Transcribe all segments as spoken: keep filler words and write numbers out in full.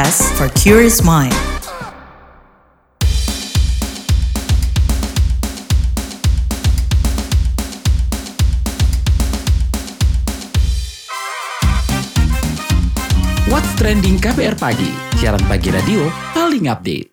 podcast for curious mind. What's Trending K B R Pagi, siaran pagi radio paling update.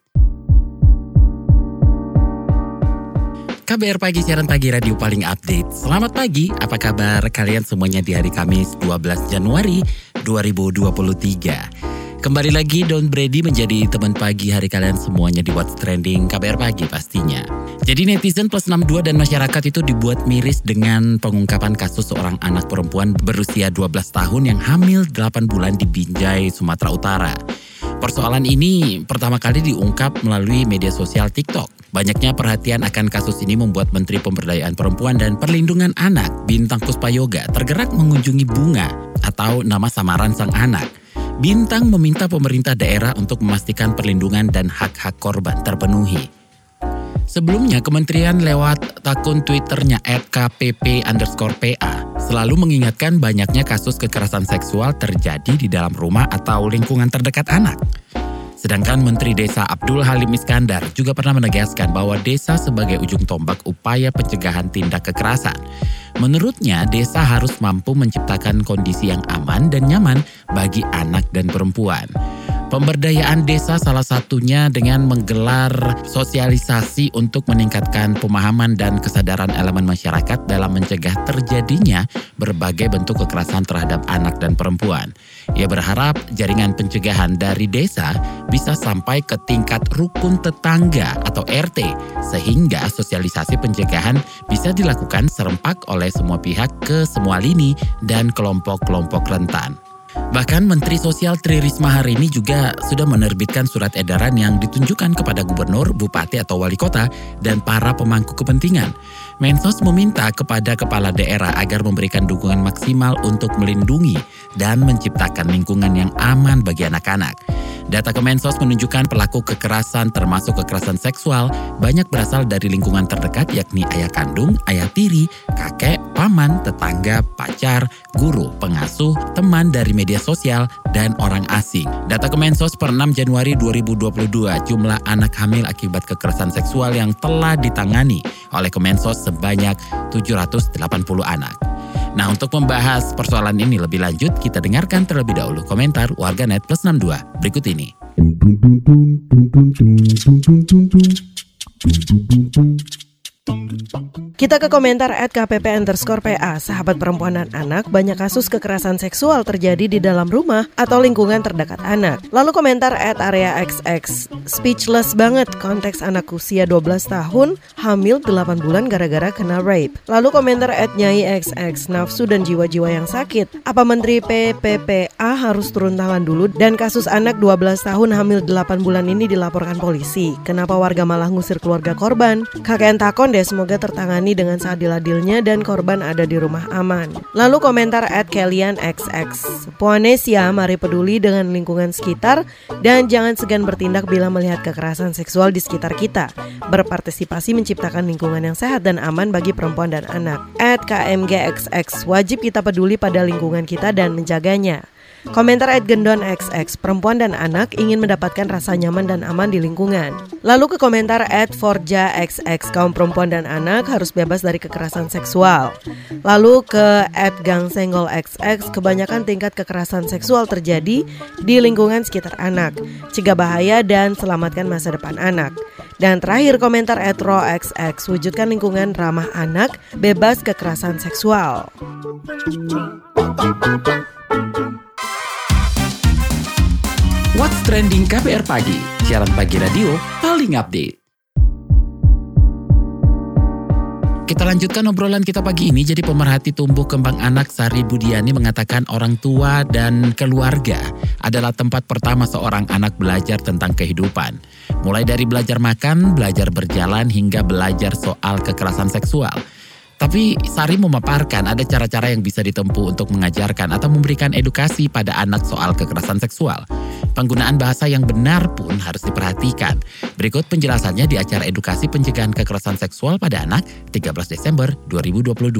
K B R Pagi, siaran pagi radio paling update. Selamat pagi, apa kabar kalian semuanya di hari Kamis dua belas Januari dua ribu dua puluh tiga. Kembali lagi Don Brady menjadi teman pagi hari kalian semuanya di What's Trending K B R Pagi pastinya. Jadi netizen plus enam puluh dua dan masyarakat itu dibuat miris dengan pengungkapan kasus seorang anak perempuan berusia dua belas tahun yang hamil delapan bulan di Binjai, Sumatera Utara. Persoalan ini pertama kali diungkap melalui media sosial TikTok. Banyaknya perhatian akan kasus ini membuat Menteri Pemberdayaan Perempuan dan Perlindungan Anak, Bintang Kuspayoga, tergerak mengunjungi Bunga atau nama samaran sang anak. Bintang meminta pemerintah daerah untuk memastikan perlindungan dan hak-hak korban terpenuhi. Sebelumnya, kementerian lewat akun Twitternya et k p p underscore p a selalu mengingatkan banyaknya kasus kekerasan seksual terjadi di dalam rumah atau lingkungan terdekat anak. Sedangkan Menteri Desa Abdul Halim Iskandar juga pernah menegaskan bahwa desa sebagai ujung tombak upaya pencegahan tindak kekerasan. Menurutnya, desa harus mampu menciptakan kondisi yang aman dan nyaman bagi anak dan perempuan. Pemberdayaan desa salah satunya dengan menggelar sosialisasi untuk meningkatkan pemahaman dan kesadaran elemen masyarakat dalam mencegah terjadinya berbagai bentuk kekerasan terhadap anak dan perempuan. Ia berharap jaringan pencegahan dari desa bisa sampai ke tingkat rukun tetangga atau R T, sehingga sosialisasi pencegahan bisa dilakukan serempak oleh semua pihak ke semua lini dan kelompok-kelompok rentan. Bahkan Menteri Sosial Tri Risma hari ini juga sudah menerbitkan surat edaran yang ditunjukkan kepada gubernur, bupati atau wali kota dan para pemangku kepentingan. Mensos meminta kepada kepala daerah agar memberikan dukungan maksimal untuk melindungi dan menciptakan lingkungan yang aman bagi anak-anak. Data Kemensos menunjukkan pelaku kekerasan termasuk kekerasan seksual banyak berasal dari lingkungan terdekat yakni ayah kandung, ayah tiri, kakek, paman, tetangga, pacar, guru, pengasuh, teman dari media sosial, dan orang asing. Data Kemensos per enam Januari dua ribu dua puluh dua, jumlah anak hamil akibat kekerasan seksual yang telah ditangani oleh Kemensos sebanyak tujuh ratus delapan puluh anak. Nah, untuk membahas persoalan ini lebih lanjut, kita dengarkan terlebih dahulu komentar warganet plus enam puluh dua berikut ini. Kita ke komentar et k p p underscore p a. Sahabat perempuan dan anak, banyak kasus kekerasan seksual terjadi di dalam rumah atau lingkungan terdekat anak. Lalu komentar et area x x. Speechless banget, konteks anak usia dua belas tahun hamil delapan bulan gara-gara kena rape. Lalu komentar et nyai x x. Nafsu dan jiwa-jiwa yang sakit. Apa Menteri P P P A harus turun tangan dulu dan kasus anak dua belas tahun hamil delapan bulan ini dilaporkan polisi? Kenapa warga malah ngusir keluarga korban? Kakek takon deh, semoga tertangani dengan seadil-adilnya dan korban ada di rumah aman. Lalu komentar et Kellyan x x. Puanesia, mari peduli dengan lingkungan sekitar dan jangan segan bertindak bila melihat kekerasan seksual di sekitar kita. Berpartisipasi menciptakan lingkungan yang sehat dan aman bagi perempuan dan anak. et k m g x x. Wajib kita peduli pada lingkungan kita dan menjaganya. Komentar et Gendon x x. Perempuan dan anak ingin mendapatkan rasa nyaman dan aman di lingkungan. Lalu ke komentar et Forja x x. Kaum perempuan dan anak harus bebas dari kekerasan seksual. Lalu ke et Gangsenggol x x. Kebanyakan tingkat kekerasan seksual terjadi di lingkungan sekitar anak. Cegah bahaya dan selamatkan masa depan anak. Dan terakhir komentar et Ro x x. Wujudkan lingkungan ramah anak, bebas kekerasan seksual. What's Trending K B R Pagi, siaran pagi radio paling update. Kita lanjutkan obrolan kita pagi ini. Jadi pemerhati tumbuh kembang anak Sari Budiani mengatakan orang tua dan keluarga adalah tempat pertama seorang anak belajar tentang kehidupan. Mulai dari belajar makan, belajar berjalan, hingga belajar soal kekerasan seksual. Tapi Sari memaparkan ada cara-cara yang bisa ditempuh untuk mengajarkan atau memberikan edukasi pada anak soal kekerasan seksual. Penggunaan bahasa yang benar pun harus diperhatikan. Berikut penjelasannya di acara edukasi pencegahan kekerasan seksual pada anak tiga belas Desember dua ribu dua puluh dua.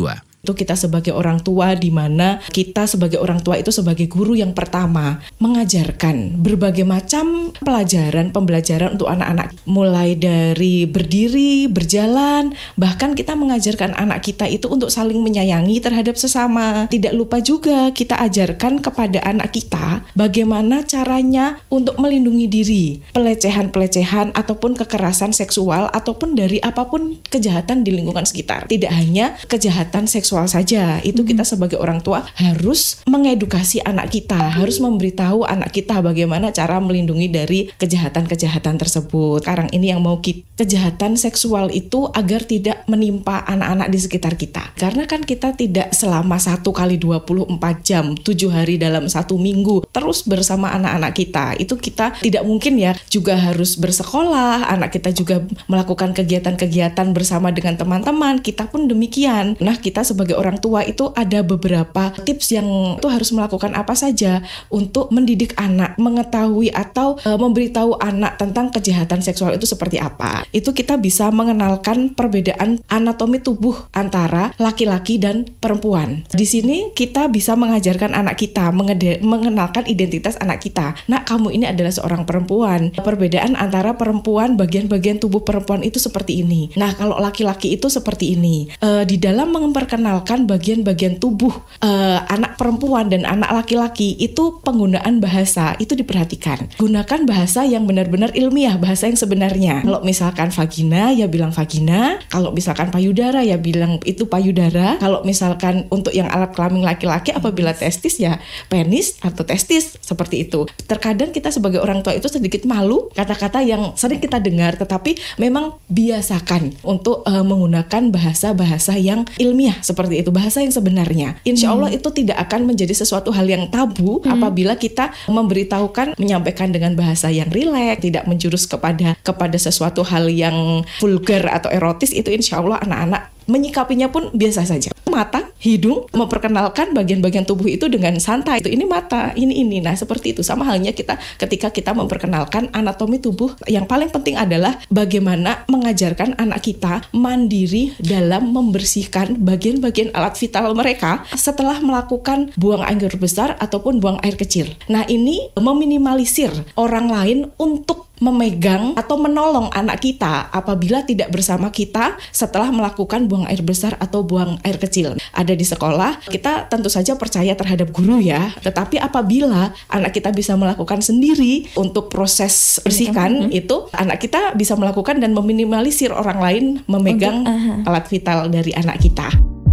Itu kita sebagai orang tua, di mana kita sebagai orang tua itu sebagai guru yang pertama mengajarkan berbagai macam pelajaran, pembelajaran untuk anak-anak, mulai dari berdiri, berjalan, bahkan kita mengajarkan anak kita itu untuk saling menyayangi terhadap sesama. Tidak lupa juga kita ajarkan kepada anak kita bagaimana caranya untuk melindungi diri, pelecehan-pelecehan ataupun kekerasan seksual ataupun dari apapun kejahatan di lingkungan sekitar. Tidak hanya kejahatan seksual saja, itu kita sebagai orang tua harus mengedukasi anak kita, harus memberitahu anak kita bagaimana cara melindungi dari kejahatan-kejahatan tersebut. Sekarang ini yang mau kita, kejahatan seksual itu agar tidak menimpa anak-anak di sekitar kita. Karena kan kita tidak selama satu kali dua puluh empat jam, tujuh hari dalam satu minggu terus bersama anak-anak kita. Itu kita tidak mungkin ya, juga harus bersekolah, anak kita juga melakukan kegiatan-kegiatan bersama dengan teman-teman, kita pun demikian. Nah, kita sebagai orang tua itu ada beberapa tips yang itu harus melakukan apa saja untuk mendidik anak, mengetahui atau e, memberitahu anak tentang kejahatan seksual itu seperti apa. Itu kita bisa mengenalkan perbedaan anatomi tubuh antara laki-laki dan perempuan. Di sini kita bisa mengajarkan anak kita, mengede- mengenalkan identitas anak kita. Nah, kamu ini adalah seorang perempuan. Perbedaan antara perempuan, bagian-bagian tubuh perempuan itu seperti ini. Nah, kalau laki-laki itu seperti ini. E, di dalam memperkenalkan bagian-bagian tubuh e, anak perempuan dan anak laki-laki itu penggunaan bahasa itu diperhatikan. Gunakan bahasa yang benar-benar ilmiah, bahasa yang sebenarnya. Kalau misalkan vagina, ya bilang vagina. Kalau misalkan payudara, ya bilang itu payudara. Kalau misalkan untuk yang alat kelamin laki-laki, apabila testis, ya penis atau testis, seperti itu. Terkadang kita sebagai orang tua itu sedikit malu kata-kata yang sering kita dengar, tetapi memang biasakan untuk uh, menggunakan bahasa-bahasa yang ilmiah seperti itu, bahasa yang sebenarnya. Insya Allah hmm. itu tidak akan menjadi sesuatu hal yang tabu hmm. apabila kita memberitahukan, menyampaikan dengan bahasa yang rileks, tidak menjurus kepada kepada sesuatu hal yang vulgar atau erotis. Itu insya Allah anak-anak menyikapinya pun biasa saja. Mata, hidung, memperkenalkan bagian-bagian tubuh itu dengan santai. Itu ini mata, ini ini. Nah, seperti itu. Sama halnya kita ketika kita memperkenalkan anatomi tubuh, yang paling penting adalah bagaimana mengajarkan anak kita mandiri dalam membersihkan bagian-bagian alat vital mereka setelah melakukan buang air besar ataupun buang air kecil. Nah, ini meminimalisir orang lain untuk memegang atau menolong anak kita apabila tidak bersama kita setelah melakukan buang air besar atau buang air kecil. Ada di sekolah, kita tentu saja percaya terhadap guru ya, tetapi apabila anak kita bisa melakukan sendiri untuk proses bersihkan, mm-hmm. itu anak kita bisa melakukan dan meminimalisir orang lain memegang untuk, uh-huh. alat vital dari anak kita.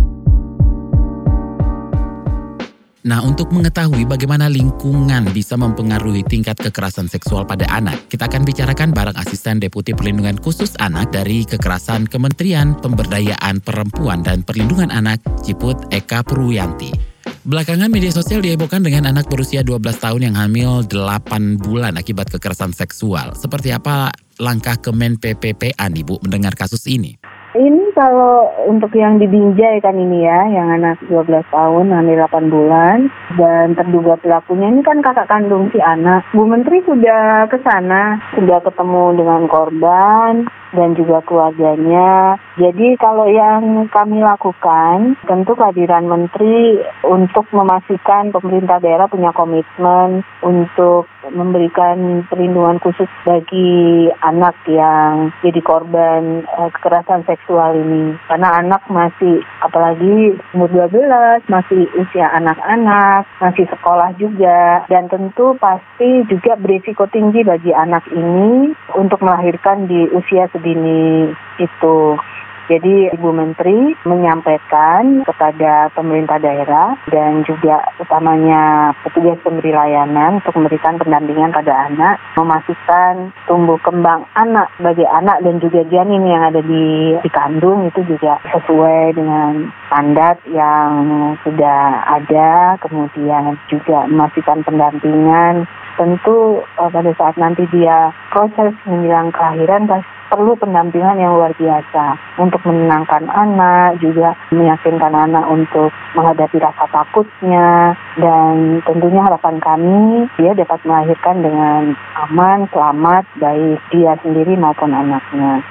Nah, untuk mengetahui bagaimana lingkungan bisa mempengaruhi tingkat kekerasan seksual pada anak, kita akan bicarakan bareng Asisten Deputi Perlindungan Khusus Anak dari Kekerasan Kementerian Pemberdayaan Perempuan dan Perlindungan Anak, Ciput Eka Purwiyanti. Belakangan media sosial dihebohkan dengan anak berusia dua belas tahun yang hamil delapan bulan akibat kekerasan seksual. Seperti apa langkah Kemen P P P A nih Bu mendengar kasus ini? Ini kalau untuk yang di Binjai kan ini ya, yang anak dua belas tahun, hamil delapan bulan, dan terduga pelakunya ini kan kakak kandung si anak. Bu Menteri sudah ke sana, sudah ketemu dengan korban dan juga keluarganya. Jadi kalau yang kami lakukan, tentu kehadiran Menteri untuk memastikan pemerintah daerah punya komitmen untuk memberikan perlindungan khusus bagi anak yang jadi korban eh, kekerasan seksual ini. Karena anak masih, apalagi umur dua belas, masih usia anak-anak, masih sekolah juga, dan tentu pasti juga berisiko tinggi bagi anak ini untuk melahirkan di usia sedini itu. Jadi Ibu Menteri menyampaikan kepada pemerintah daerah dan juga utamanya petugas pemberi layanan untuk memberikan pendampingan pada anak, memastikan tumbuh kembang anak bagi anak dan juga janin yang ada di, di kandung itu juga sesuai dengan standar yang sudah ada, kemudian juga memastikan pendampingan. Tentu pada saat nanti dia proses menjelang kelahiran pasti perlu pendampingan yang luar biasa untuk menenangkan anak, juga meyakinkan anak untuk menghadapi rasa takutnya, dan tentunya harapan kami dia dapat melahirkan dengan aman, selamat, baik dia sendiri maupun anaknya.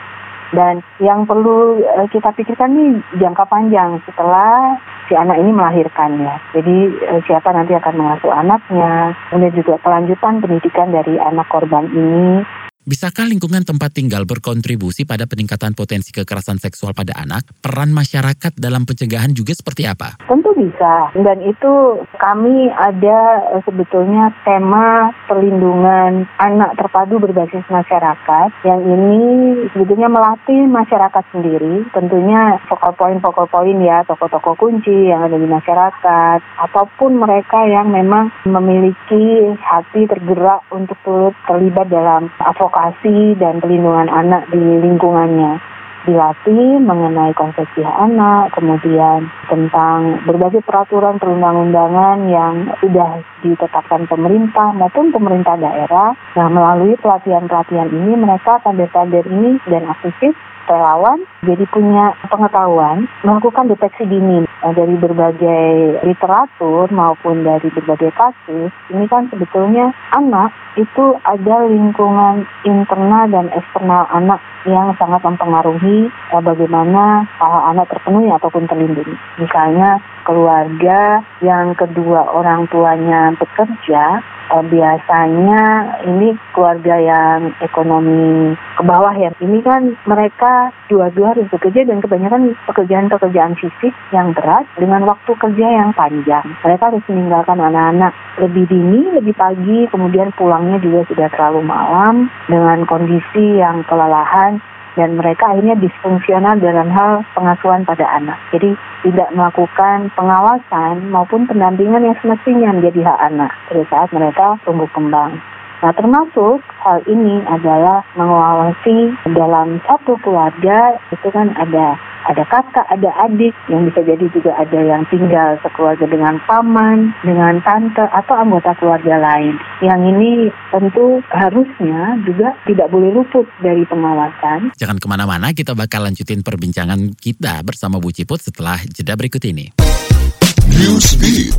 Dan yang perlu uh, kita pikirkan nih jangka panjang setelah si anak ini melahirkan ya. Jadi uh, siapa nanti akan mengasuh anaknya, kemudian juga kelanjutan pendidikan dari anak korban ini. Bisakah lingkungan tempat tinggal berkontribusi pada peningkatan potensi kekerasan seksual pada anak? Peran masyarakat dalam pencegahan juga seperti apa? Tentu bisa, dan itu kami ada sebetulnya tema perlindungan anak terpadu berbasis masyarakat yang ini sebetulnya melatih masyarakat sendiri, tentunya focal point focal point ya, tokoh-tokoh kunci yang ada di masyarakat ataupun mereka yang memang memiliki hati tergerak untuk turut terlibat dalam advokasi dan pelindungan anak di lingkungannya. Dilatih mengenai konsepsi hak anak, kemudian tentang berbagai peraturan perundang-undangan yang sudah ditetapkan pemerintah maupun pemerintah daerah. Nah, melalui pelatihan-pelatihan ini mereka kader-kader ini dan aktivis relawan jadi punya pengetahuan melakukan deteksi dini dari berbagai literatur maupun dari berbagai kasus. Ini kan sebetulnya anak itu ada lingkungan internal dan eksternal anak yang sangat mempengaruhi bagaimana hak anak terpenuhi ataupun terlindungi. Misalnya keluarga yang kedua orang tuanya bekerja, eh, biasanya ini keluarga yang ekonomi ke bawah ya. Ini kan mereka dua-dua harus bekerja dan kebanyakan pekerjaan-pekerjaan fisik yang berat dengan waktu kerja yang panjang. Mereka harus meninggalkan anak-anak lebih dini, lebih pagi, kemudian pulangnya juga sudah terlalu malam dengan kondisi yang kelelahan. Dan mereka akhirnya disfungsional dalam hal pengasuhan pada anak. Jadi tidak melakukan pengawasan maupun pendampingan yang semestinya menjadi hak anak pada saat mereka tumbuh kembang. Nah, termasuk hal ini adalah mengawasi dalam satu keluarga, itu kan ada ada kakak, ada adik, yang bisa jadi juga ada yang tinggal sekeluarga dengan paman, dengan tante, atau anggota keluarga lain. Yang ini tentu harusnya juga tidak boleh luput dari pengawasan. Jangan kemana-mana, kita bakal lanjutin perbincangan kita bersama Bu Ciput setelah jeda berikut ini. Newsbeat.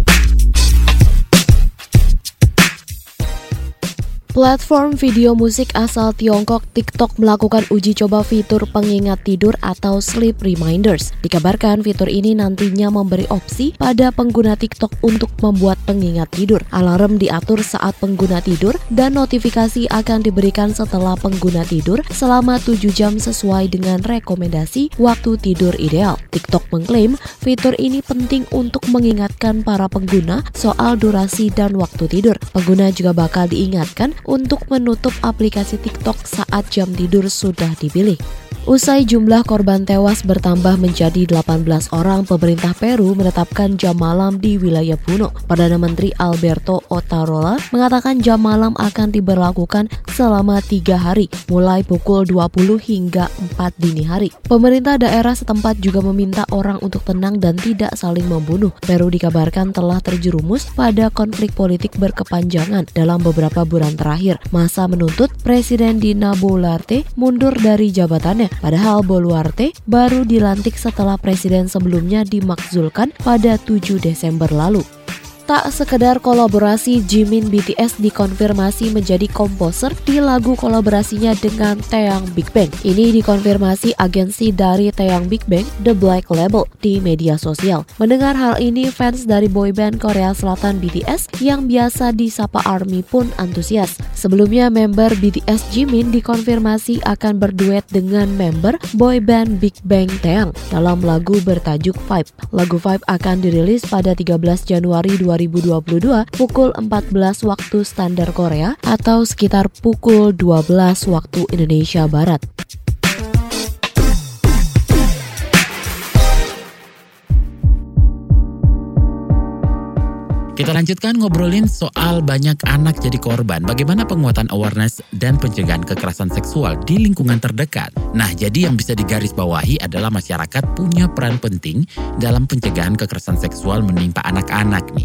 Platform video musik asal Tiongkok TikTok melakukan uji coba fitur pengingat tidur atau sleep reminders. Dikabarkan fitur ini nantinya memberi opsi pada pengguna TikTok untuk membuat pengingat tidur. Alarm diatur saat pengguna tidur dan notifikasi akan diberikan setelah pengguna tidur selama tujuh jam sesuai dengan rekomendasi waktu tidur ideal. TikTok mengklaim fitur ini penting untuk mengingatkan para pengguna soal durasi dan waktu tidur. Pengguna juga bakal diingatkan untuk menutup aplikasi TikTok saat jam tidur sudah dipilih. Usai jumlah korban tewas bertambah menjadi delapan belas orang, pemerintah Peru menetapkan jam malam di wilayah Puno. Perdana Menteri Alberto Otarola mengatakan jam malam akan diberlakukan selama tiga hari, mulai pukul dua puluh hingga empat dini hari. Pemerintah daerah setempat juga meminta orang untuk tenang dan tidak saling membunuh. Peru dikabarkan telah terjerumus pada konflik politik berkepanjangan dalam beberapa bulan terakhir. Massa menuntut Presiden Dina Boluarte mundur dari jabatannya. Padahal Boluarte baru dilantik setelah presiden sebelumnya dimakzulkan pada tujuh Desember lalu. Tak sekedar kolaborasi, Jimin B T S dikonfirmasi menjadi komposer di lagu kolaborasinya dengan Taeyang Big Bang. Ini dikonfirmasi agensi dari Taeyang Big Bang, The Black Label, di media sosial. Mendengar hal ini, fans dari boyband Korea Selatan B T S yang biasa disapa ARMY pun antusias. Sebelumnya, member B T S Jimin dikonfirmasi akan berduet dengan member boyband Big Bang Taeyang dalam lagu bertajuk Vibe. Lagu Vibe akan dirilis pada tiga belas Januari dua ribu dua puluh dua pukul empat belas waktu standar Korea atau sekitar pukul dua belas waktu Indonesia Barat. Kita lanjutkan ngobrolin soal banyak anak jadi korban. Bagaimana penguatan awareness dan pencegahan kekerasan seksual di lingkungan terdekat. Nah, jadi yang bisa digarisbawahi adalah masyarakat punya peran penting dalam pencegahan kekerasan seksual menimpa anak-anak nih.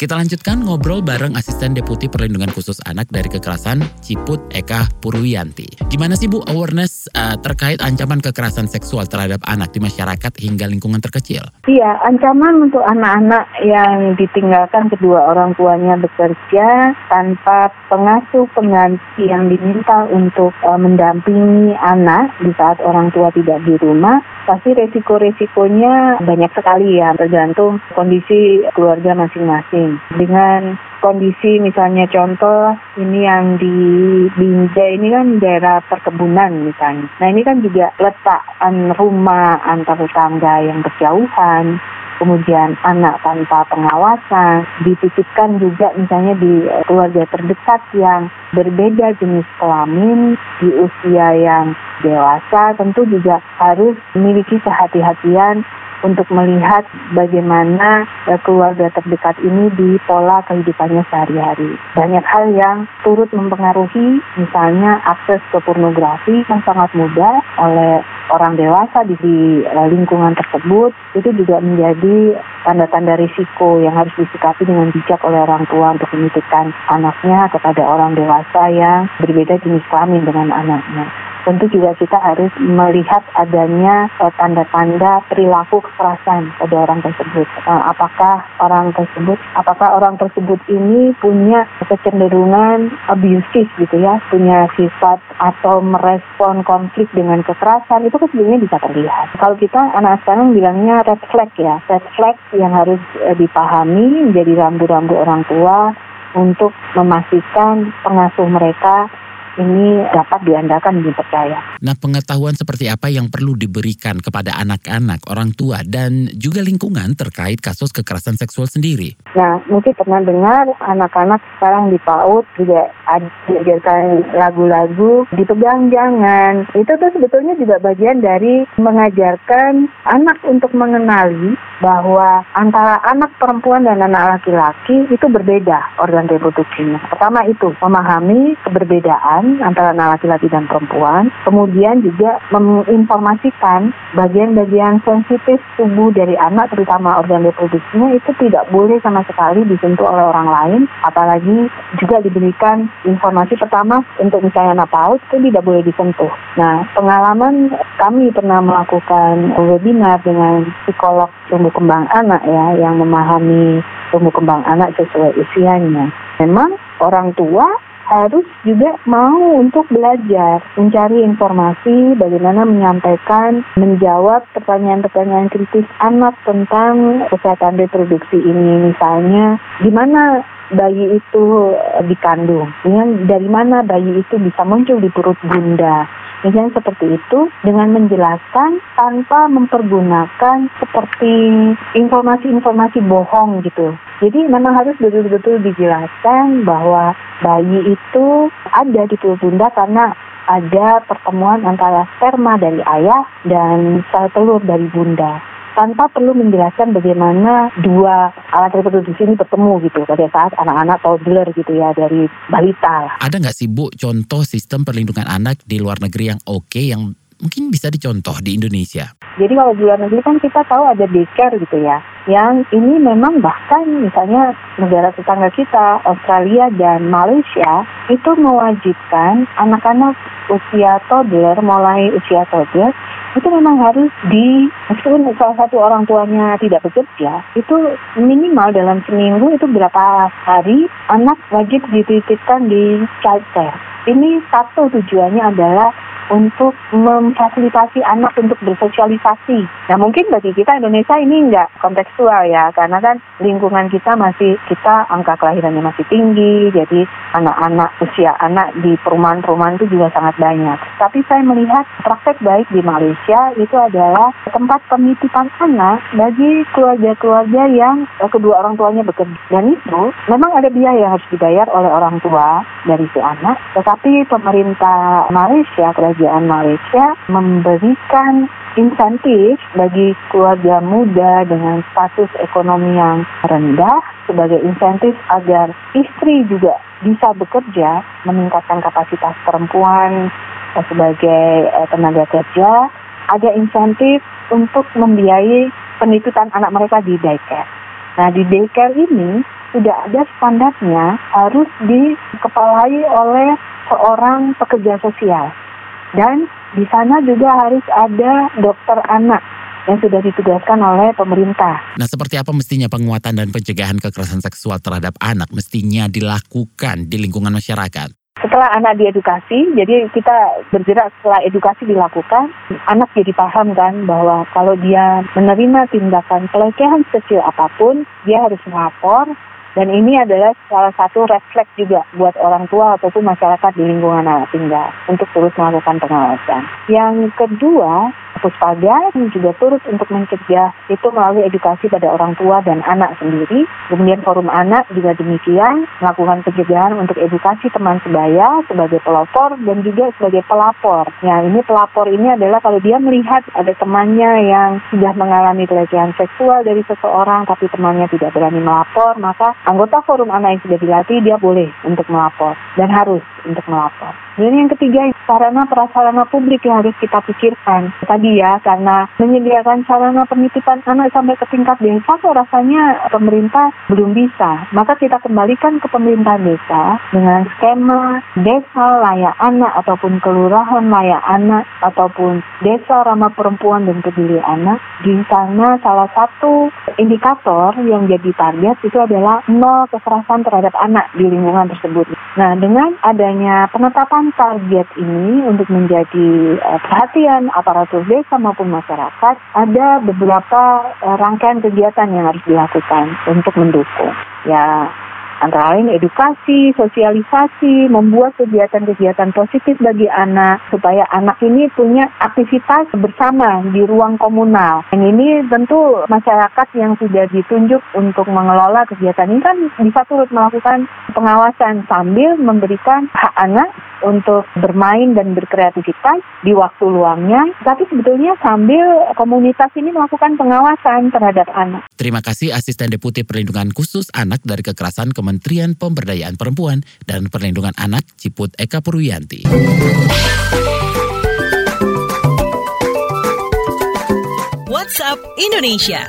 Kita lanjutkan ngobrol bareng Asisten Deputi Perlindungan Khusus Anak dari Kekerasan Ciput Eka Purwiyanti. Gimana sih Bu awareness uh, terkait ancaman kekerasan seksual terhadap anak di masyarakat hingga lingkungan terkecil? Iya, ancaman untuk anak-anak yang ditinggalkan kedua orang tuanya bekerja tanpa pengasuh pengganti yang diminta untuk uh, mendampingi anak di saat orang tua tidak di rumah, pasti resiko-resikonya banyak sekali ya, tergantung kondisi keluarga masing-masing. Dengan kondisi misalnya contoh ini yang di Binjai ini kan daerah perkebunan misalnya. Nah ini kan juga letakkan rumah antar tetangga yang berjauhan, kemudian anak tanpa pengawasan, dititipkan juga misalnya di keluarga terdekat yang berbeda jenis kelamin, di usia yang dewasa, tentu juga harus memiliki kehati-hatian untuk melihat bagaimana keluarga terdekat ini di pola kehidupannya sehari-hari. Banyak hal yang turut mempengaruhi, misalnya akses ke pornografi yang sangat mudah oleh orang dewasa di, di lingkungan tersebut, itu juga menjadi tanda-tanda risiko yang harus disikapi dengan bijak oleh orang tua untuk menitipkan anaknya kepada orang dewasa yang berbeda jenis kelamin dengan anaknya. Tentu juga kita harus melihat adanya uh, tanda-tanda perilaku kekerasan pada orang tersebut. Uh, apakah orang tersebut, apakah orang tersebut ini punya kecenderungan abusive gitu ya, punya sifat atau merespon konflik dengan kekerasan, itu kan sebenarnya bisa terlihat. Kalau kita anak sekarang bilangnya red flag ya, red flag yang harus uh, dipahami menjadi rambu-rambu orang tua untuk memastikan pengasuh mereka ini dapat diandalkan dan dipercaya. Nah, pengetahuan seperti apa yang perlu diberikan kepada anak-anak, orang tua, dan juga lingkungan terkait kasus kekerasan seksual sendiri? Nah, mungkin pernah dengar anak-anak sekarang di PAUD juga ada diajarkan lagu-lagu, dipegang jangan. Itu tuh sebetulnya juga bagian dari mengajarkan anak untuk mengenali bahwa antara anak perempuan dan anak laki-laki itu berbeda organ reproduksinya. Pertama itu, memahami keberbedaan antara anak laki-laki dan perempuan, kemudian juga menginformasikan bagian-bagian sensitif tubuh dari anak, terutama organ reproduksinya, itu tidak boleh sama sekali disentuh oleh orang lain, apalagi juga diberikan informasi pertama untuk misalnya anak PAUD itu tidak boleh disentuh. Nah, pengalaman kami pernah melakukan webinar dengan psikolog tumbuh kembang anak ya, yang memahami tumbuh kembang anak sesuai usianya. Memang orang tua harus juga mau untuk belajar, mencari informasi bagaimana menyampaikan, menjawab pertanyaan-pertanyaan kritis anak tentang kesehatan reproduksi ini. Misalnya, di mana bayi itu dikandung, dari mana bayi itu bisa muncul di perut bunda. Misalnya seperti itu, dengan menjelaskan tanpa mempergunakan seperti informasi-informasi bohong gitu. Jadi memang harus betul-betul dijelaskan bahwa bayi itu ada di perut bunda karena ada pertemuan antara sperma dari ayah dan sel telur dari bunda, tanpa perlu menjelaskan bagaimana dua alat reproduksi ini bertemu gitu pada saat anak-anak toddler gitu ya, dari balita. Ada nggak sih Bu contoh sistem perlindungan anak di luar negeri yang oke, yang mungkin bisa dicontoh di Indonesia? Jadi kalau di luar negeri kan kita tahu ada daycare gitu ya, yang ini memang bahkan misalnya negara tetangga kita, Australia dan Malaysia, itu mewajibkan anak-anak usia toddler, mulai usia toddler, itu memang harus di, meskipun salah satu orang tuanya tidak bekerja, itu minimal dalam seminggu itu berapa hari anak wajib dititipkan di childcare. Ini satu tujuannya adalah untuk memfasilitasi anak untuk bersosialisasi. Nah mungkin bagi kita Indonesia ini enggak kontekstual ya, karena kan lingkungan kita masih, kita angka kelahirannya masih tinggi, jadi anak-anak, usia anak di perumahan-perumahan itu juga sangat banyak. Tapi saya melihat praktek baik di Malaysia itu adalah tempat penitipan anak bagi keluarga-keluarga yang kedua orang tuanya bekerja. Dan itu memang ada biaya yang harus dibayar oleh orang tua dari si anak, tetapi pemerintah Malaysia, kerajaan Malaysia memberikan insentif bagi keluarga muda dengan status ekonomi yang rendah sebagai insentif agar istri juga bisa bekerja, meningkatkan kapasitas perempuan sebagai tenaga kerja. Ada insentif untuk membiayai penitipan anak mereka di daycare. Nah di daycare ini sudah ada standarnya harus dikepalai oleh seorang pekerja sosial. Dan di sana juga harus ada dokter anak yang sudah ditugaskan oleh pemerintah. Nah, seperti apa mestinya penguatan dan pencegahan kekerasan seksual terhadap anak mestinya dilakukan di lingkungan masyarakat? Setelah anak diedukasi, jadi kita bergerak setelah edukasi dilakukan, anak jadi paham kan bahwa kalau dia menerima tindakan pelecehan seksual apapun, dia harus melapor. Dan ini adalah salah satu refleks juga buat orang tua ataupun masyarakat di lingkungan anak tinggal untuk terus melakukan pengawasan. Yang kedua, Puspaga juga turut untuk mencegah itu melalui edukasi pada orang tua dan anak sendiri. Kemudian Forum Anak juga demikian melakukan pencegahan untuk edukasi teman sebaya sebagai pelopor dan juga sebagai pelapor. Ya, ini pelapor ini adalah kalau dia melihat ada temannya yang sudah mengalami pelecehan seksual dari seseorang tapi temannya tidak berani melapor, maka anggota Forum Anak yang sudah dilatih dia boleh untuk melapor dan harus untuk melapor. Dan yang ketiga, sarana prasarana publik yang harus kita pikirkan. Tadi ya, karena menyediakan sarana penitipan anak sampai ke tingkat desa kok rasanya pemerintah belum bisa. Maka kita kembalikan ke pemerintah desa dengan skema desa layak anak ataupun kelurahan layak anak ataupun desa ramah perempuan dan peduli anak. Di sana salah satu indikator yang jadi target itu adalah nol kekerasan terhadap anak di lingkungan tersebut. Nah, dengan adanya penetapan target ini untuk menjadi uh, perhatian aparatur desa maupun masyarakat, ada beberapa uh, rangkaian kegiatan yang harus dilakukan untuk mendukung. Ya, antara lain edukasi, sosialisasi, membuat kegiatan-kegiatan positif bagi anak supaya anak ini punya aktivitas bersama di ruang komunal. Dan ini tentu masyarakat yang sudah ditunjuk untuk mengelola kegiatan ini kan bisa turut melakukan pengawasan sambil memberikan hak anak untuk bermain dan berkreativitas di waktu luangnya, tapi sebetulnya sambil komunitas ini melakukan pengawasan terhadap anak. Terima kasih Asisten Deputi Perlindungan Khusus Anak dari Kekerasan Kementerian Pemberdayaan Perempuan dan Perlindungan Anak Ciput Eka Purwiyanti. WhatsApp Indonesia.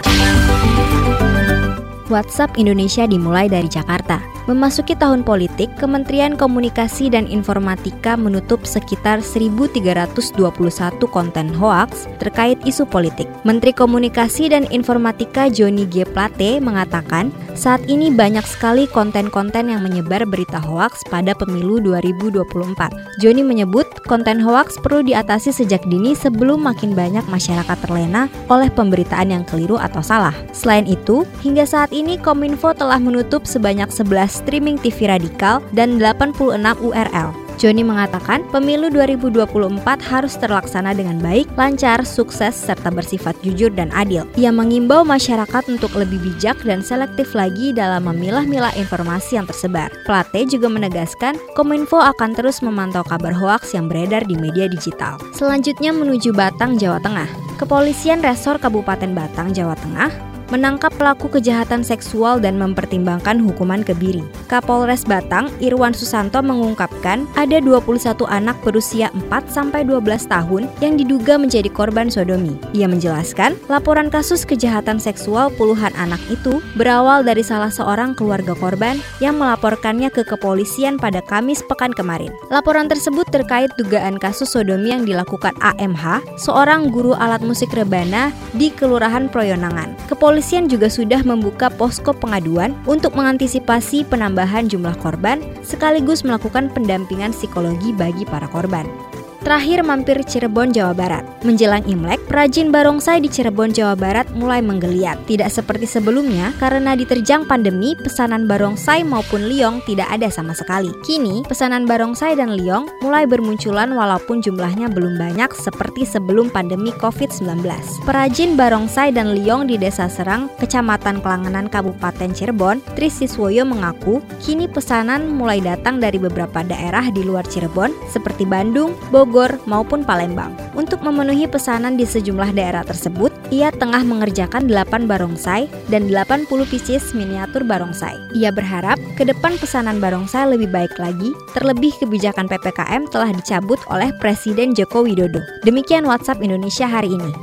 WhatsApp Indonesia dimulai dari Jakarta. Memasuki tahun politik, Kementerian Komunikasi dan Informatika menutup sekitar seribu tiga ratus dua puluh satu konten hoaks terkait isu politik. Menteri Komunikasi dan Informatika Johnny G. Plate mengatakan, saat ini banyak sekali konten-konten yang menyebar berita hoaks pada pemilu dua ribu dua puluh empat. Johnny menyebut, konten hoaks perlu diatasi sejak dini sebelum makin banyak masyarakat terlena oleh pemberitaan yang keliru atau salah. Selain itu, hingga saat ini Kominfo telah menutup sebanyak sebelas streaming T V radikal dan delapan puluh enam U R L. Johnny mengatakan, pemilu dua ribu dua puluh empat harus terlaksana dengan baik, lancar, sukses, serta bersifat jujur dan adil. Ia mengimbau masyarakat untuk lebih bijak dan selektif lagi dalam memilah-milah informasi yang tersebar. Plate juga menegaskan, Kominfo akan terus memantau kabar hoaks yang beredar di media digital. Selanjutnya menuju Batang, Jawa Tengah. Kepolisian Resor Kabupaten Batang, Jawa Tengah menangkap pelaku kejahatan seksual dan mempertimbangkan hukuman kebiri. Kapolres Batang, Irwan Susanto mengungkapkan ada dua puluh satu anak berusia empat sampai dua belas tahun yang diduga menjadi korban sodomi. Ia menjelaskan, laporan kasus kejahatan seksual puluhan anak itu berawal dari salah seorang keluarga korban yang melaporkannya ke kepolisian pada Kamis pekan kemarin. Laporan tersebut terkait dugaan kasus sodomi yang dilakukan A M H, seorang guru alat musik rebana di Kelurahan Proyonangan. Kepolisian Kepolisian juga sudah membuka posko pengaduan untuk mengantisipasi penambahan jumlah korban sekaligus melakukan pendampingan psikologi bagi para korban. Terakhir mampir Cirebon, Jawa Barat. Menjelang Imlek, perajin barongsai di Cirebon, Jawa Barat mulai menggeliat. Tidak seperti sebelumnya, karena diterjang pandemi, pesanan barongsai maupun liong tidak ada sama sekali. Kini, pesanan barongsai dan liong mulai bermunculan walaupun jumlahnya belum banyak seperti sebelum pandemi covid sembilan belas. Perajin barongsai dan liong di Desa Serang, Kecamatan Kelangenan, Kabupaten Cirebon, Tri Siswoyo mengaku, kini pesanan mulai datang dari beberapa daerah di luar Cirebon, seperti Bandung, Bogor, Bogor maupun Palembang. Untuk memenuhi pesanan di sejumlah daerah tersebut, ia tengah mengerjakan delapan barongsai dan delapan puluh pieces miniatur barongsai. Ia berharap ke depan pesanan barongsai lebih baik lagi, terlebih kebijakan P P K M telah dicabut oleh Presiden Joko Widodo. Demikian WhatsApp Indonesia hari ini.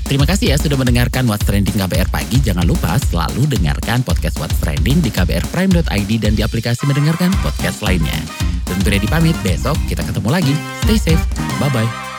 Terima kasih ya sudah mendengarkan What's Trending K B R Pagi. Jangan lupa selalu dengarkan podcast What's Trending di k b r prime dot i d dan di aplikasi mendengarkan podcast lainnya. Dan Ready pamit, besok kita ketemu lagi. Stay safe, bye-bye.